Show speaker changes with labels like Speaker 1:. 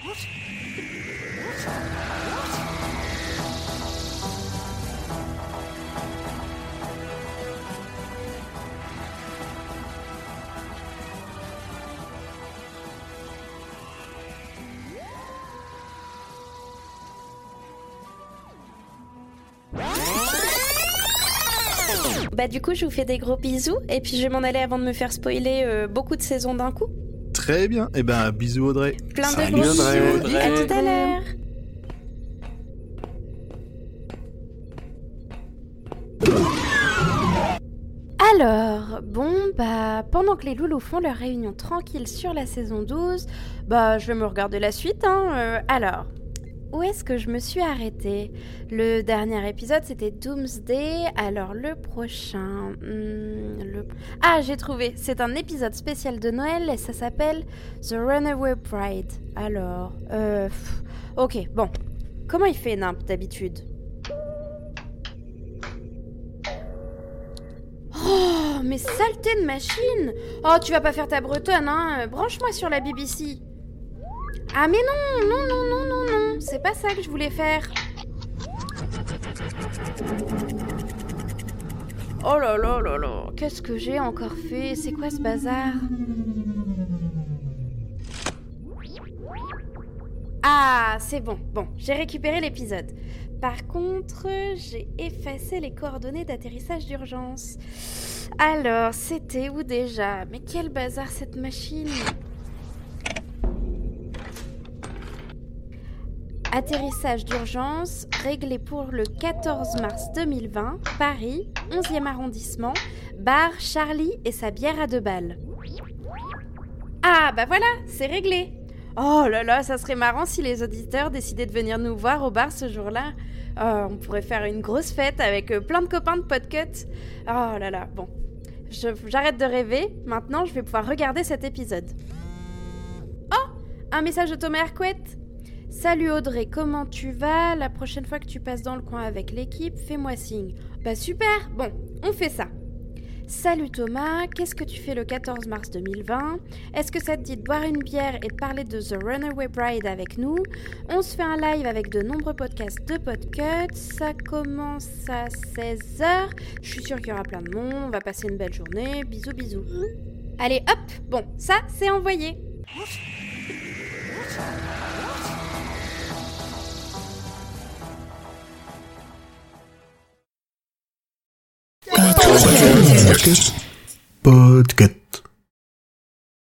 Speaker 1: Bah du coup je vous fais des gros bisous et puis je vais m'en aller avant de me faire spoiler beaucoup de saisons d'un coup.
Speaker 2: Très bien, et ben bisous Audrey.
Speaker 1: Plein de
Speaker 2: Salut
Speaker 1: gros
Speaker 2: Audrey.
Speaker 1: bisous, à tout à l'heure. Alors, pendant que les loulous font leur réunion tranquille sur la saison 12, je vais me regarder la suite, Alors, où est-ce que je me suis arrêtée ? Le dernier épisode, c'était Doomsday, alors le prochain... Ah, j'ai trouvé, c'est un épisode spécial de Noël et ça s'appelle The Runaway Bride. Alors, Ok, bon. Comment il fait Nimp d'habitude ? Oh, mais saleté de machine ! Oh, tu vas pas faire ta bretonne, hein ? Branche-moi sur la BBC. Ah mais non, c'est pas ça que je voulais faire. Oh là là là là, qu'est-ce que j'ai encore fait ? C'est quoi ce bazar ? Ah, c'est bon, j'ai récupéré l'épisode. Par contre, j'ai effacé les coordonnées d'atterrissage d'urgence. Alors, c'était où déjà ? Mais quel bazar cette machine ! Atterrissage d'urgence réglé pour le 14 mars 2020, Paris, 11e arrondissement, bar Charlie et sa bière à 2 balles. Ah, bah voilà, c'est réglé. Oh là là, ça serait marrant si les auditeurs décidaient de venir nous voir au bar ce jour-là. Oh, on pourrait faire une grosse fête avec plein de copains de Podcut. Oh là là, bon. J'arrête de rêver, maintenant je vais pouvoir regarder cet épisode. Oh, un message de Thomas Hercouet. Salut Audrey, comment tu vas ? La prochaine fois que tu passes dans le coin avec l'équipe, fais-moi signe. Bah super, bon, on fait ça. Salut Thomas, qu'est-ce que tu fais le 14 mars 2020 ? Est-ce que ça te dit de boire une bière et de parler de The Runaway Bride avec nous ? On se fait un live avec de nombreux podcasts de Podcut. Ça commence à 16h. Je suis sûre qu'il y aura plein de monde. On va passer une belle journée. Bisous, bisous. Allez, hop, bon, ça, c'est envoyé.
Speaker 2: Podcut.